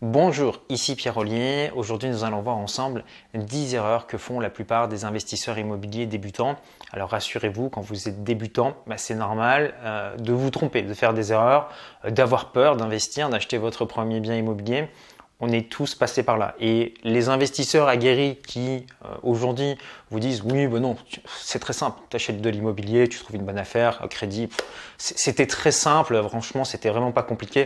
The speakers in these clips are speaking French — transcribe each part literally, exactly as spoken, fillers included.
Bonjour, ici Pierre Ollier. Aujourd'hui, nous allons voir ensemble dix erreurs que font la plupart des investisseurs immobiliers débutants. Alors rassurez-vous, quand vous êtes débutant, bah, c'est normal euh, de vous tromper, de faire des erreurs, euh, d'avoir peur d'investir, d'acheter votre premier bien immobilier. On est tous passés par là. Et les investisseurs aguerris qui euh, aujourd'hui vous disent oui, ben non, c'est très simple, tu achètes de l'immobilier, tu trouves une bonne affaire, un crédit. C'était très simple, franchement, c'était vraiment pas compliqué.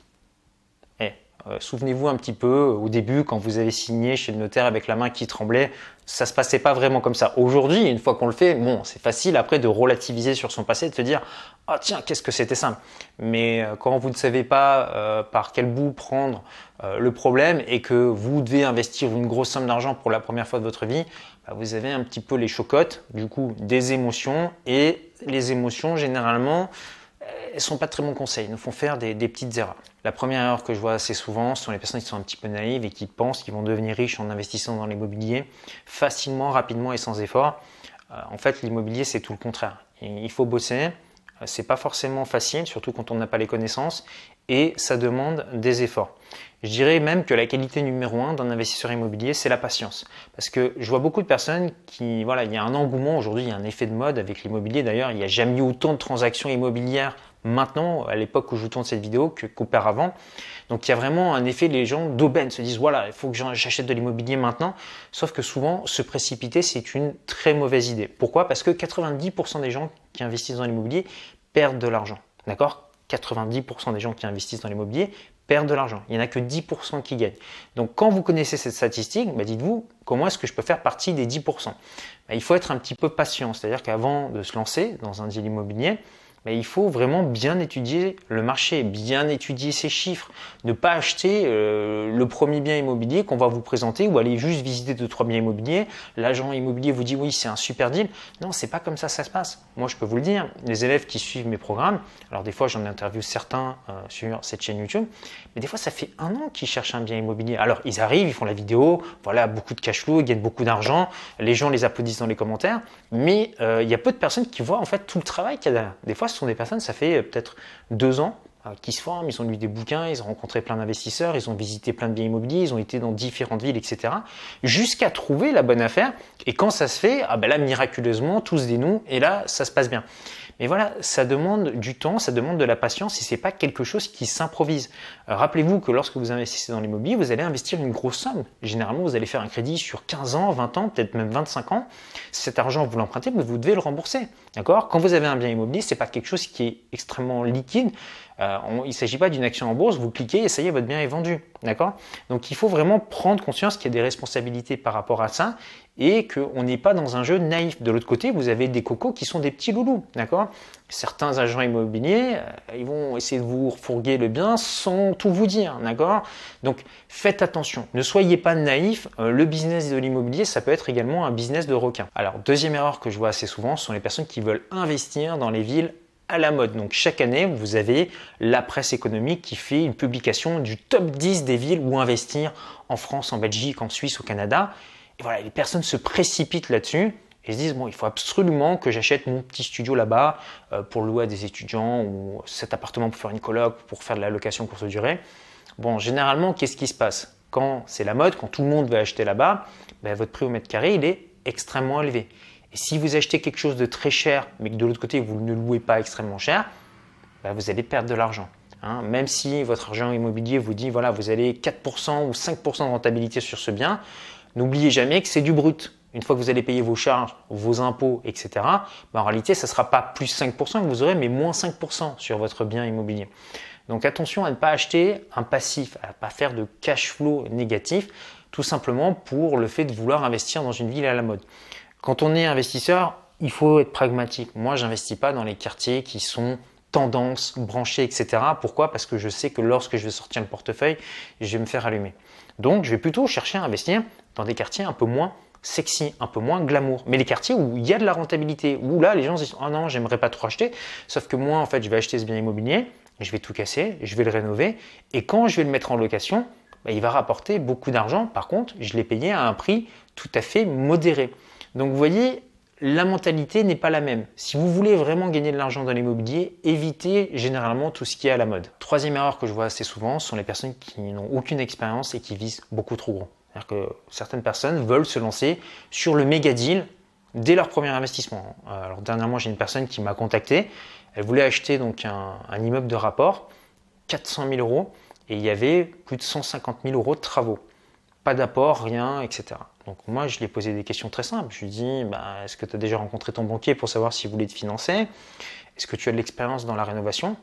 Eh, euh, souvenez-vous un petit peu, au début, quand vous avez signé chez le notaire avec la main qui tremblait, ça se passait pas vraiment comme ça. Aujourd'hui, une fois qu'on le fait, bon, c'est facile après de relativiser sur son passé, de se dire « Ah tiens, qu'est-ce que c'était simple !» Mais euh, quand vous ne savez pas euh, par quel bout prendre euh, le problème et que vous devez investir une grosse somme d'argent pour la première fois de votre vie, bah, vous avez un petit peu les chocottes, du coup, des émotions. Et les émotions, généralement, elles ne sont pas de très bons conseils, nous font faire des, des petites erreurs. La première erreur que je vois assez souvent, ce sont les personnes qui sont un petit peu naïves et qui pensent qu'ils vont devenir riches en investissant dans l'immobilier facilement, rapidement et sans effort. Euh, en fait, l'immobilier, c'est tout le contraire. Il faut bosser, c'est pas forcément facile, surtout quand on n'a pas les connaissances, et ça demande des efforts. Je dirais même que la qualité numéro un d'un investisseur immobilier, c'est la patience. Parce que je vois beaucoup de personnes qui, voilà, il y a un engouement aujourd'hui, il y a un effet de mode avec l'immobilier. D'ailleurs, il n'y a jamais eu autant de transactions immobilières maintenant, à l'époque où je vous tourne cette vidéo, qu'auparavant. Donc il y a vraiment un effet, les gens d'aubaine se disent voilà, il faut que j'achète de l'immobilier maintenant. Sauf que souvent, se précipiter, c'est une très mauvaise idée. Pourquoi? Parce que quatre-vingt-dix pour cent des gens qui investissent dans l'immobilier perdent de l'argent. D'accord? quatre-vingt-dix pour cent des gens qui investissent dans l'immobilier perdent de l'argent. Il n'y en a que dix pour cent qui gagnent. Donc quand vous connaissez cette statistique, bah dites-vous comment est-ce que je peux faire partie des dix pour cent? Bah, il faut être un petit peu patient. C'est-à-dire qu'avant de se lancer dans un deal immobilier, mais il faut vraiment bien étudier le marché, bien étudier ses chiffres, ne pas acheter euh, le premier bien immobilier qu'on va vous présenter ou aller juste visiter deux trois biens immobiliers. L'agent immobilier vous dit oui, c'est un super deal. Non, c'est pas comme ça ça se passe. Moi, je peux vous le dire, les élèves qui suivent mes programmes, alors des fois j'en interviewe certains euh, sur cette chaîne YouTube, mais des fois ça fait un an qu'ils cherchent un bien immobilier. Alors ils arrivent, ils font la vidéo, voilà, beaucoup de cash flow, ils gagnent beaucoup d'argent, les gens les applaudissent dans les commentaires, mais euh, il y a peu de personnes qui voient en fait tout le travail qu'il y a derrière. Des fois, ce sont des personnes, ça fait peut-être deux ans euh, qui se forment, ils ont lu des bouquins, ils ont rencontré plein d'investisseurs, ils ont visité plein de biens immobiliers, ils ont été dans différentes villes, et cetera, jusqu'à trouver la bonne affaire. Et quand ça se fait, ah ben là, miraculeusement, tout se dénoue et là, ça se passe bien. Mais voilà, ça demande du temps, ça demande de la patience et ce n'est pas quelque chose qui s'improvise. Euh, Rappelez-vous que lorsque vous investissez dans l'immobilier, vous allez investir une grosse somme. Généralement, vous allez faire un crédit sur quinze ans, vingt ans, peut-être même vingt-cinq ans. Cet argent, vous l'empruntez, mais vous devez le rembourser. D'accord? Quand vous avez un bien immobilier, ce n'est pas quelque chose qui est extrêmement liquide. Euh, on, il ne s'agit pas d'une action en bourse, vous cliquez et ça y est, votre bien est vendu. D'accord? Donc il faut vraiment prendre conscience qu'il y a des responsabilités par rapport à ça et qu'on n'est pas dans un jeu naïf. De l'autre côté, vous avez des cocos qui sont des petits loulous. D'accord? Certains agents immobiliers, euh, ils vont essayer de vous refourguer le bien sans tout vous dire. D'accord? Donc faites attention, ne soyez pas naïf. Euh, le business de l'immobilier, ça peut être également un business de requin. Alors deuxième erreur que je vois assez souvent, ce sont les personnes qui veulent investir dans les villes à la mode. Donc chaque année, vous avez la presse économique qui fait une publication du top dix des villes où investir en France, en Belgique, en Suisse, au Canada. Et voilà, les personnes se précipitent là-dessus et se disent bon, il faut absolument que j'achète mon petit studio là-bas euh, pour louer à des étudiants ou cet appartement pour faire une coloc, pour faire de la location courte durée. Bon, généralement, qu'est-ce qui se passe? Quand c'est la mode, quand tout le monde va acheter là-bas, ben, votre prix au mètre carré, il est extrêmement élevé. Et si vous achetez quelque chose de très cher, mais que de l'autre côté, vous ne louez pas extrêmement cher, bah vous allez perdre de l'argent. Hein. Même si votre agent immobilier vous dit, voilà, vous allez quatre pour cent ou cinq pour cent de rentabilité sur ce bien, n'oubliez jamais que c'est du brut. Une fois que vous allez payer vos charges, vos impôts, et cetera, bah en réalité, ça ne sera pas plus cinq pour cent que vous aurez, mais moins cinq pour cent sur votre bien immobilier. Donc attention à ne pas acheter un passif, à ne pas faire de cash flow négatif, tout simplement pour le fait de vouloir investir dans une ville à la mode. Quand on est investisseur, il faut être pragmatique. Moi, je n'investis pas dans les quartiers qui sont tendance, branchés, et cetera. Pourquoi? Parce que je sais que lorsque je vais sortir le portefeuille, je vais me faire allumer. Donc, je vais plutôt chercher à investir dans des quartiers un peu moins sexy, un peu moins glamour. Mais les quartiers où il y a de la rentabilité, où là, les gens se disent « Oh non, j'aimerais pas trop acheter ». Sauf que moi, en fait, je vais acheter ce bien immobilier, je vais tout casser, je vais le rénover. Et quand je vais le mettre en location, bah, il va rapporter beaucoup d'argent. Par contre, je l'ai payé à un prix tout à fait modéré. Donc vous voyez, la mentalité n'est pas la même. Si vous voulez vraiment gagner de l'argent dans l'immobilier, évitez généralement tout ce qui est à la mode. Troisième erreur que je vois assez souvent sont les personnes qui n'ont aucune expérience et qui visent beaucoup trop gros. C'est-à-dire que certaines personnes veulent se lancer sur le méga deal dès leur premier investissement. Alors dernièrement, j'ai une personne qui m'a contacté. Elle voulait acheter donc un, un immeuble de rapport, quatre cent mille euros, et il y avait plus de cent cinquante mille euros de travaux. Pas d'apport, rien, et cetera. Donc moi, je lui ai posé des questions très simples. Je lui ai dit, bah, est-ce que tu as déjà rencontré ton banquier pour savoir s'il voulait te financer? Est-ce que tu as de l'expérience dans la rénovation?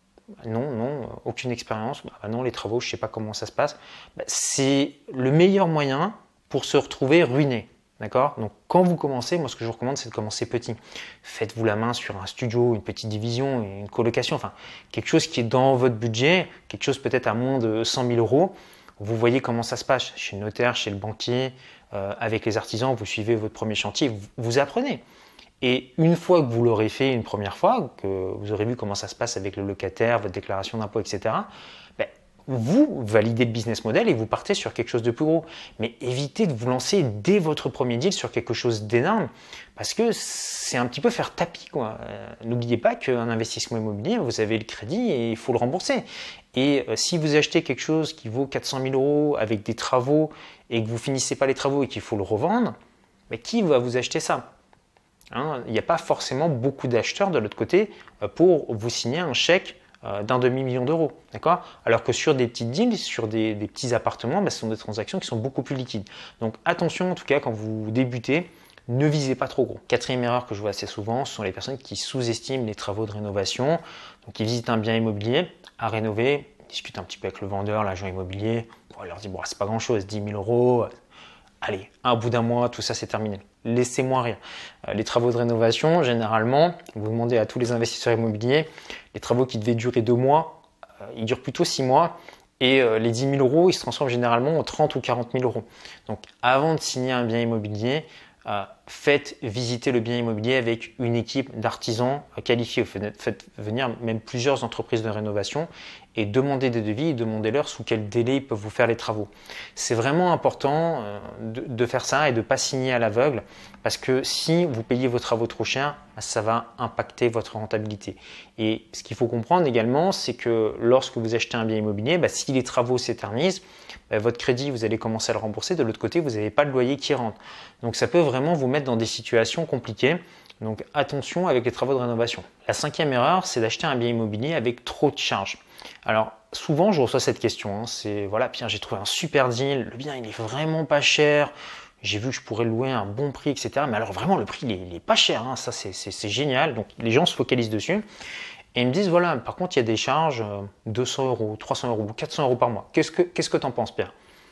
Non, non, aucune expérience. Bah, non, les travaux, je ne sais pas comment ça se passe. Bah, c'est le meilleur moyen pour se retrouver ruiné. D'accord? Donc quand vous commencez, moi ce que je vous recommande, c'est de commencer petit. Faites-vous la main sur un studio, une petite division, une colocation, enfin quelque chose qui est dans votre budget, quelque chose peut-être à moins de cent mille euros. Vous voyez comment ça se passe chez le notaire, chez le banquier, euh, avec les artisans, vous suivez votre premier chantier, vous, vous apprenez. Et une fois que vous l'aurez fait une première fois, que vous aurez vu comment ça se passe avec le locataire, votre déclaration d'impôt, et cetera, ben, vous validez le business model et vous partez sur quelque chose de plus gros. Mais évitez de vous lancer dès votre premier deal sur quelque chose d'énorme parce que c'est un petit peu faire tapis, quoi. Euh, n'oubliez pas qu'un investissement immobilier, vous avez le crédit et il faut le rembourser. Et euh, si vous achetez quelque chose qui vaut quatre cent mille euros avec des travaux et que vous finissez pas les travaux et qu'il faut le revendre, mais qui va vous acheter ça? Hein, il n'y a pas forcément beaucoup d'acheteurs de l'autre côté euh, pour vous signer un chèque d'un demi-million d'euros, d'accord? Alors que sur des petites deals, sur des, des petits appartements, bah, ce sont des transactions qui sont beaucoup plus liquides. Donc attention en tout cas quand vous débutez, ne visez pas trop gros. Quatrième erreur que je vois assez souvent, ce sont les personnes qui sous-estiment les travaux de rénovation. Donc ils visitent un bien immobilier à rénover, ils discutent un petit peu avec le vendeur, l'agent immobilier, bon, il leur dit bon, c'est pas grand chose, dix mille euros. Allez, à bout d'un mois, tout ça c'est terminé. Laissez-moi rire. Les travaux de rénovation, généralement, vous demandez à tous les investisseurs immobiliers, les travaux qui devaient durer deux mois, ils durent plutôt six mois. Et les dix mille euros, ils se transforment généralement en trente ou quarante mille euros. Donc avant de signer un bien immobilier, euh, faites visiter le bien immobilier avec une équipe d'artisans qualifiés. Faites venir même plusieurs entreprises de rénovation et demandez des devis et demandez-leur sous quel délai ils peuvent vous faire les travaux. C'est vraiment important euh, de, de faire ça et de ne pas signer à l'aveugle parce que si vous payez vos travaux trop cher, ça va impacter votre rentabilité. Et ce qu'il faut comprendre également, c'est que lorsque vous achetez un bien immobilier, bah, si les travaux s'éternisent, bah, votre crédit, vous allez commencer à le rembourser. De l'autre côté, vous n'avez pas de loyer qui rentre. Donc ça peut vraiment vous mettre dans des situations compliquées. Donc attention avec les travaux de rénovation. La cinquième erreur, c'est d'acheter un bien immobilier avec trop de charges. Alors souvent, je reçois cette question. Hein, c'est voilà, Pierre, j'ai trouvé un super deal. Le bien, il est vraiment pas cher. J'ai vu que je pourrais le louer à un bon prix, et cetera. Mais alors vraiment, le prix, il est, il est pas cher. Hein, ça, c'est, c'est, c'est génial. Donc les gens se focalisent dessus. Et ils me disent, voilà, par contre, il y a des charges, euh, deux cents euros, trois cents euros, quatre cents euros par mois. Qu'est-ce que qu'est-ce que t'en penses, Pierre?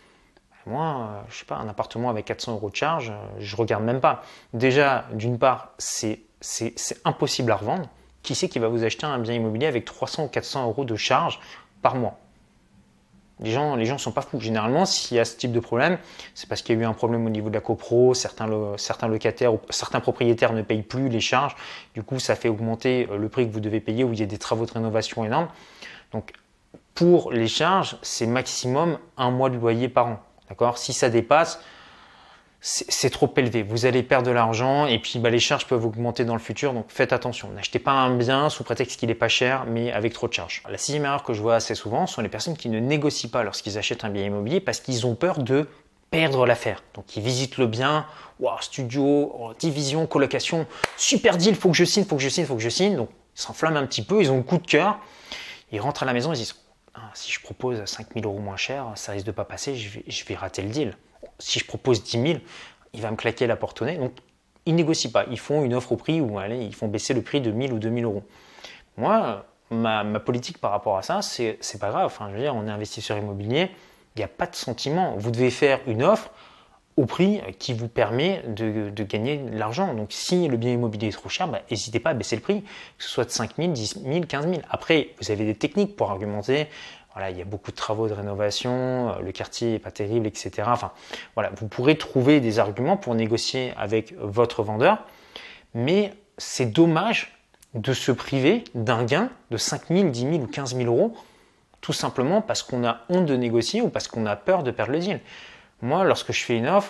Moi, euh, je sais pas, un appartement avec quatre cents euros de charge, euh, je regarde même pas. Déjà, d'une part, c'est, c'est, c'est impossible à revendre. Qui c'est qui va vous acheter un bien immobilier avec trois cents ou quatre cents euros de charge par mois? Les gens, les gens sont pas fous. Généralement, s'il y a ce type de problème, c'est parce qu'il y a eu un problème au niveau de la copro, certains, lo, certains locataires ou certains propriétaires ne payent plus les charges. Du coup, ça fait augmenter le prix que vous devez payer ou il y a des travaux de rénovation énormes. Donc, pour les charges, c'est maximum un mois de loyer par an. D'accord? Si ça dépasse, c'est, c'est trop élevé. Vous allez perdre de l'argent et puis bah, les charges peuvent augmenter dans le futur. Donc faites attention. N'achetez pas un bien sous prétexte qu'il n'est pas cher, mais avec trop de charges. La sixième erreur que je vois assez souvent sont les personnes qui ne négocient pas lorsqu'ils achètent un bien immobilier parce qu'ils ont peur de perdre l'affaire. Donc ils visitent le bien, wow, studio, oh, division, colocation, super deal, faut que je signe, faut que je signe, faut que je signe. Donc ils s'enflamment un petit peu, ils ont le coup de cœur. Ils rentrent à la maison, ils disent ah, si je propose cinq mille euros moins cher, ça risque de pas passer, je vais, je vais rater le deal. Si je propose dix mille, il va me claquer la porte au nez. Donc, ils ne négocient pas. Ils font une offre au prix où allez, ils font baisser le prix de mille ou deux mille euros. Moi, ma, ma politique par rapport à ça, c'est, c'est pas grave. Enfin, je veux dire, on est investisseur immobilier, il n'y a pas de sentiment. Vous devez faire une offre au prix qui vous permet de, de gagner de l'argent. Donc, si le bien immobilier est trop cher, bah, n'hésitez pas à baisser le prix, que ce soit de cinq mille, dix mille, quinze mille. Après, vous avez des techniques pour argumenter. Voilà, il y a beaucoup de travaux de rénovation, le quartier n'est pas terrible, et cetera. Enfin, voilà, vous pourrez trouver des arguments pour négocier avec votre vendeur, mais c'est dommage de se priver d'un gain de cinq mille, dix mille ou quinze mille euros, tout simplement parce qu'on a honte de négocier ou parce qu'on a peur de perdre le deal. Moi, lorsque je fais une offre,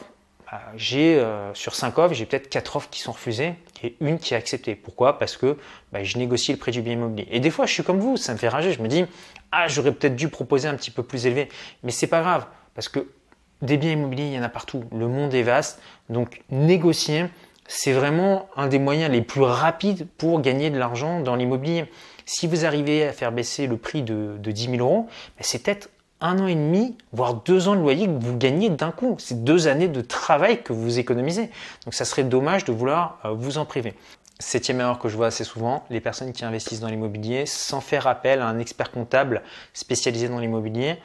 bah, j'ai euh, sur cinq offres, j'ai peut-être quatre offres qui sont refusées et une qui est acceptée. Pourquoi? Parce que bah, je négocie le prix du bien immobilier. Et des fois, je suis comme vous, ça me fait rager. Je me dis, ah, j'aurais peut-être dû proposer un petit peu plus élevé. Mais c'est pas grave, parce que des biens immobiliers, il y en a partout. Le monde est vaste. Donc, négocier, c'est vraiment un des moyens les plus rapides pour gagner de l'argent dans l'immobilier. Si vous arrivez à faire baisser le prix de, de dix mille euros, bah, c'est peut-être un an et demi, voire deux ans de loyer que vous gagnez d'un coup. C'est deux années de travail que vous économisez. Donc, ça serait dommage de vouloir euh, vous en priver. Septième erreur que je vois assez souvent, les personnes qui investissent dans l'immobilier sans faire appel à un expert comptable spécialisé dans l'immobilier.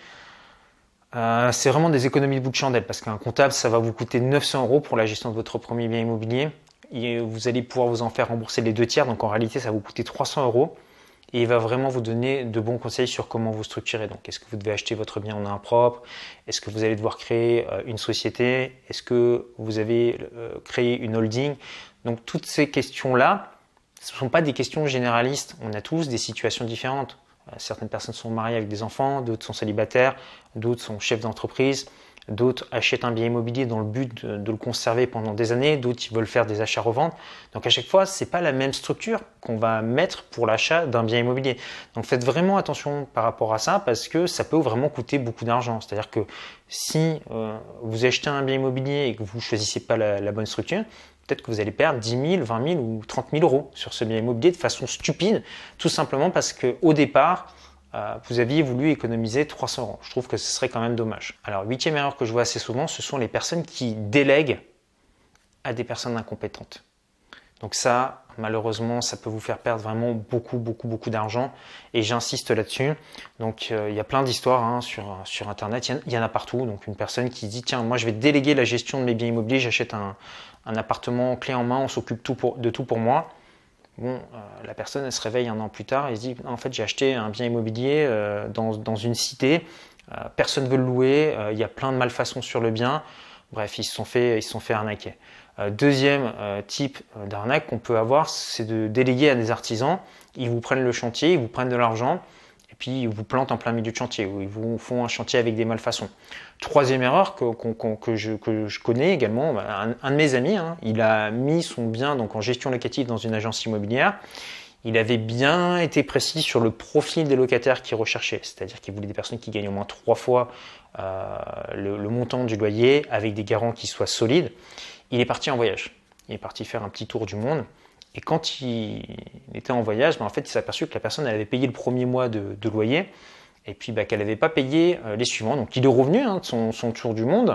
Euh, c'est vraiment des économies de bout de chandelle parce qu'un comptable, ça va vous coûter neuf cents euros pour la gestion de votre premier bien immobilier. Et vous allez pouvoir vous en faire rembourser les deux tiers, donc en réalité, ça va vous coûter trois cents euros. Et il va vraiment vous donner de bons conseils sur comment vous structurer. Donc, est-ce que vous devez acheter votre bien en main propre? Est-ce que vous allez devoir créer une société? Est-ce que vous avez créé une holding? Donc, toutes ces questions-là, ce ne sont pas des questions généralistes. On a tous des situations différentes. Certaines personnes sont mariées avec des enfants, d'autres sont célibataires, d'autres sont chefs d'entreprise, d'autres achètent un bien immobilier dans le but de, de le conserver pendant des années, d'autres ils veulent faire des achats-reventes. Donc à chaque fois, ce n'est pas la même structure qu'on va mettre pour l'achat d'un bien immobilier. Donc faites vraiment attention par rapport à ça parce que ça peut vraiment coûter beaucoup d'argent. C'est-à-dire que si euh, vous achetez un bien immobilier et que vous ne choisissez pas la, la bonne structure, peut-être que vous allez perdre dix mille, vingt mille ou trente mille euros sur ce bien immobilier de façon stupide, tout simplement parce qu'au départ, euh, vous aviez voulu économiser trois cents euros. Je trouve que ce serait quand même dommage. Alors, huitième erreur que je vois assez souvent, ce sont les personnes qui délèguent à des personnes incompétentes. Donc ça, malheureusement, ça peut vous faire perdre vraiment beaucoup, beaucoup, beaucoup d'argent. Et j'insiste là-dessus. Donc, euh, il y a plein d'histoires hein, sur, sur Internet. Il y, en, il y en a partout. Donc, une personne qui dit, tiens, moi, je vais déléguer la gestion de mes biens immobiliers. J'achète un, un appartement clé en main. On s'occupe tout pour, de tout pour moi. Bon, euh, la personne, elle se réveille un an plus tard et se dit, en fait, j'ai acheté un bien immobilier euh, dans, dans une cité. Euh, personne ne veut le louer. Euh, il y a plein de malfaçons sur le bien. Bref, ils se sont fait, ils se sont fait arnaquer. Euh, deuxième euh, type d'arnaque qu'on peut avoir, c'est de déléguer à des artisans. Ils vous prennent le chantier, ils vous prennent de l'argent et puis ils vous plantent en plein milieu de chantier ou ils vous font un chantier avec des malfaçons. Troisième erreur que, que, que, que, je, que je connais également, un, un de mes amis, hein, il a mis son bien donc, en gestion locative dans une agence immobilière. Il avait bien été précis sur le profil des locataires qu'il recherchait, c'est-à-dire qu'il voulait des personnes qui gagnent au moins trois fois euh, le, le montant du loyer avec des garants qui soient solides. Il est parti en voyage. Il est parti faire un petit tour du monde. Et quand il était en voyage, ben en fait, il s'est aperçu que la personne elle avait payé le premier mois de, de loyer et puis ben, qu'elle n'avait pas payé euh, les suivants. Donc, il est revenu hein, de son, son tour du monde.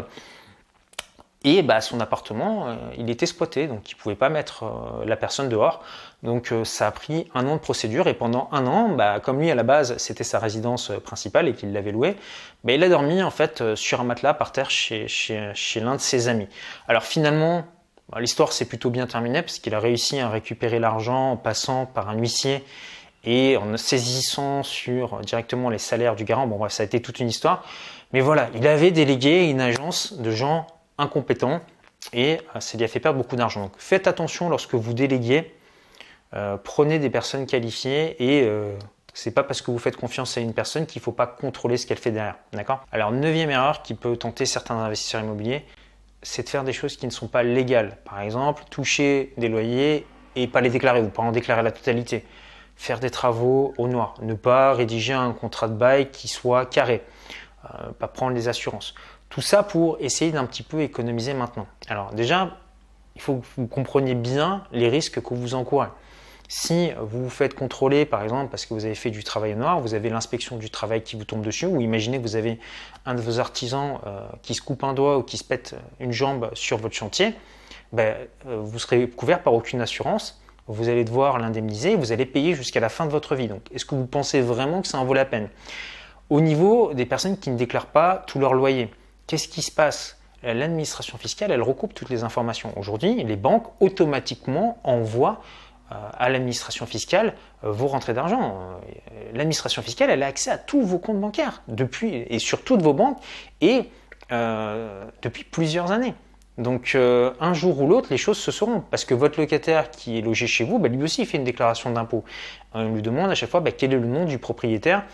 Et bah, son appartement, euh, il était squatté, donc il ne pouvait pas mettre euh, la personne dehors. Donc euh, ça a pris un an de procédure et pendant un an, bah, comme lui à la base c'était sa résidence principale et qu'il l'avait louée, bah, il a dormi en fait euh, sur un matelas par terre chez, chez, chez l'un de ses amis. Alors finalement, bah, l'histoire s'est plutôt bien terminée parce qu'il a réussi à récupérer l'argent en passant par un huissier et en saisissant sur directement les salaires du garant. Bon bref, ça a été toute une histoire. Mais voilà, il avait délégué une agence de gens incompétents et euh, ça lui a fait perdre beaucoup d'argent. Donc faites attention lorsque vous déléguez, euh, prenez des personnes qualifiées et euh, c'est pas parce que vous faites confiance à une personne qu'il ne faut pas contrôler ce qu'elle fait derrière. D'accord ? Alors neuvième erreur qui peut tenter certains investisseurs immobiliers, c'est de faire des choses qui ne sont pas légales. Par exemple, toucher des loyers et pas les déclarer ou pas en déclarer la totalité. Faire des travaux au noir, ne pas rédiger un contrat de bail qui soit carré, euh, pas prendre les assurances. Tout ça pour essayer d'un petit peu économiser maintenant. Alors déjà, il faut que vous compreniez bien les risques que vous encourez. Si vous vous faites contrôler, par exemple, parce que vous avez fait du travail au noir, vous avez l'inspection du travail qui vous tombe dessus, ou imaginez que vous avez un de vos artisans euh, qui se coupe un doigt ou qui se pète une jambe sur votre chantier, ben, euh, vous serez couvert par aucune assurance, vous allez devoir l'indemniser, vous allez payer jusqu'à la fin de votre vie. Donc, est-ce que vous pensez vraiment que ça en vaut la peine ? Au niveau des personnes qui ne déclarent pas tout leur loyer, qu'est-ce qui se passe ? L'administration fiscale, elle recoupe toutes les informations. Aujourd'hui, les banques automatiquement envoient euh, à l'administration fiscale euh, vos rentrées d'argent. Euh, l'administration fiscale, elle a accès à tous vos comptes bancaires depuis et sur toutes vos banques et euh, depuis plusieurs années. Donc, euh, un jour ou l'autre, les choses se sauront parce que votre locataire qui est logé chez vous, bah, lui aussi il fait une déclaration d'impôt. On lui demande à chaque fois bah, quel est le nom du propriétaire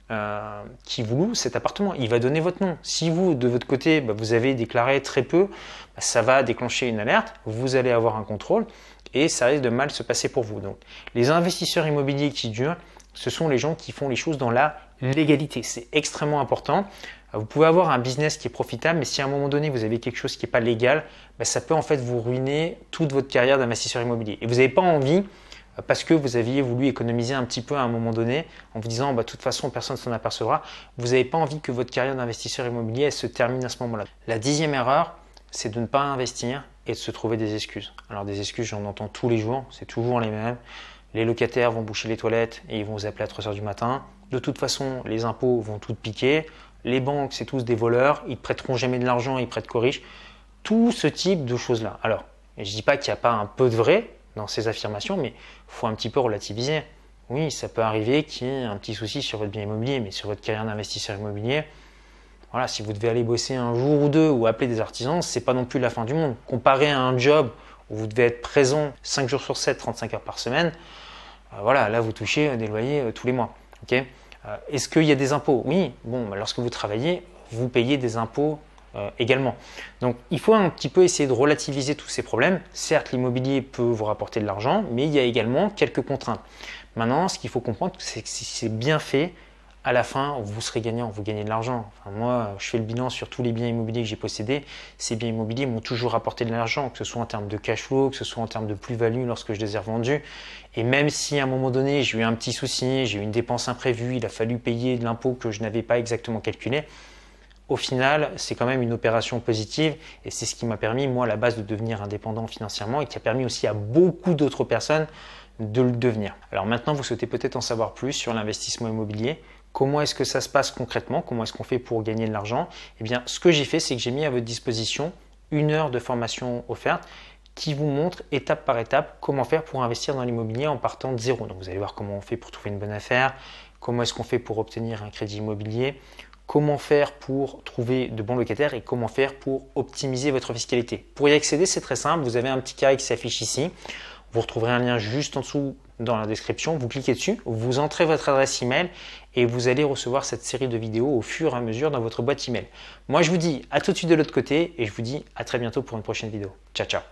euh, qui vous loue cet appartement. Il va donner votre nom. Si vous, de votre côté, bah, vous avez déclaré très peu, bah, ça va déclencher une alerte, vous allez avoir un contrôle et ça risque de mal se passer pour vous. Donc, les investisseurs immobiliers qui durent, ce sont les gens qui font les choses dans la légalité. C'est extrêmement important. Vous pouvez avoir un business qui est profitable, mais si à un moment donné, vous avez quelque chose qui n'est pas légal, bah, ça peut en fait vous ruiner toute votre carrière d'investisseur immobilier. Et vous n'avez pas envie, parce que vous aviez voulu économiser un petit peu à un moment donné, en vous disant bah, de toute façon, personne ne s'en apercevra, vous n'avez pas envie que votre carrière d'investisseur immobilier elle se termine à ce moment-là. La dixième erreur, c'est de ne pas investir et de se trouver des excuses. Alors des excuses, j'en entends tous les jours, c'est toujours les mêmes. Les locataires vont boucher les toilettes et ils vont vous appeler à trois heures du matin. De toute façon, les impôts vont tout piquer. Les banques, c'est tous des voleurs. Ils ne prêteront jamais de l'argent, ils prêtent qu'aux riches. Tout ce type de choses-là. Alors, je ne dis pas qu'il n'y a pas un peu de vrai dans ces affirmations, mais il faut un petit peu relativiser. Oui, ça peut arriver qu'il y ait un petit souci sur votre bien immobilier, mais sur votre carrière d'investisseur immobilier, voilà, si vous devez aller bosser un jour ou deux ou appeler des artisans, ce n'est pas non plus la fin du monde. Comparé à un job où vous devez être présent cinq jours sur sept, trente-cinq heures par semaine, euh, voilà, là vous touchez des loyers euh, tous les mois. Okay, euh, est-ce qu'il y a des impôts? Oui, bon, bah, lorsque vous travaillez, vous payez des impôts euh, également. Donc il faut un petit peu essayer de relativiser tous ces problèmes. Certes, l'immobilier peut vous rapporter de l'argent, mais il y a également quelques contraintes. Maintenant, ce qu'il faut comprendre, c'est que si c'est bien fait, à la fin, vous serez gagnant, vous gagnez de l'argent. Enfin, moi, je fais le bilan sur tous les biens immobiliers que j'ai possédés. Ces biens immobiliers m'ont toujours rapporté de l'argent, que ce soit en termes de cash flow, que ce soit en termes de plus-value lorsque je les ai revendus. Et même si à un moment donné, j'ai eu un petit souci, j'ai eu une dépense imprévue, il a fallu payer de l'impôt que je n'avais pas exactement calculé, au final, c'est quand même une opération positive et c'est ce qui m'a permis, moi, à la base, de devenir indépendant financièrement et qui a permis aussi à beaucoup d'autres personnes de le devenir. Alors maintenant, vous souhaitez peut-être en savoir plus sur l'investissement immobilier. Comment est-ce que ça se passe concrètement? Comment est-ce qu'on fait pour gagner de l'argent? Eh bien, ce que j'ai fait, c'est que j'ai mis à votre disposition une heure de formation offerte qui vous montre étape par étape comment faire pour investir dans l'immobilier en partant de zéro. Donc, vous allez voir comment on fait pour trouver une bonne affaire, comment est-ce qu'on fait pour obtenir un crédit immobilier, comment faire pour trouver de bons locataires et comment faire pour optimiser votre fiscalité. Pour y accéder, c'est très simple. Vous avez un petit carré qui s'affiche ici. Vous retrouverez un lien juste en dessous dans la description. Vous cliquez dessus, vous entrez votre adresse email et vous allez recevoir cette série de vidéos au fur et à mesure dans votre boîte email. Moi, je vous dis à tout de suite de l'autre côté et je vous dis à très bientôt pour une prochaine vidéo. Ciao, ciao.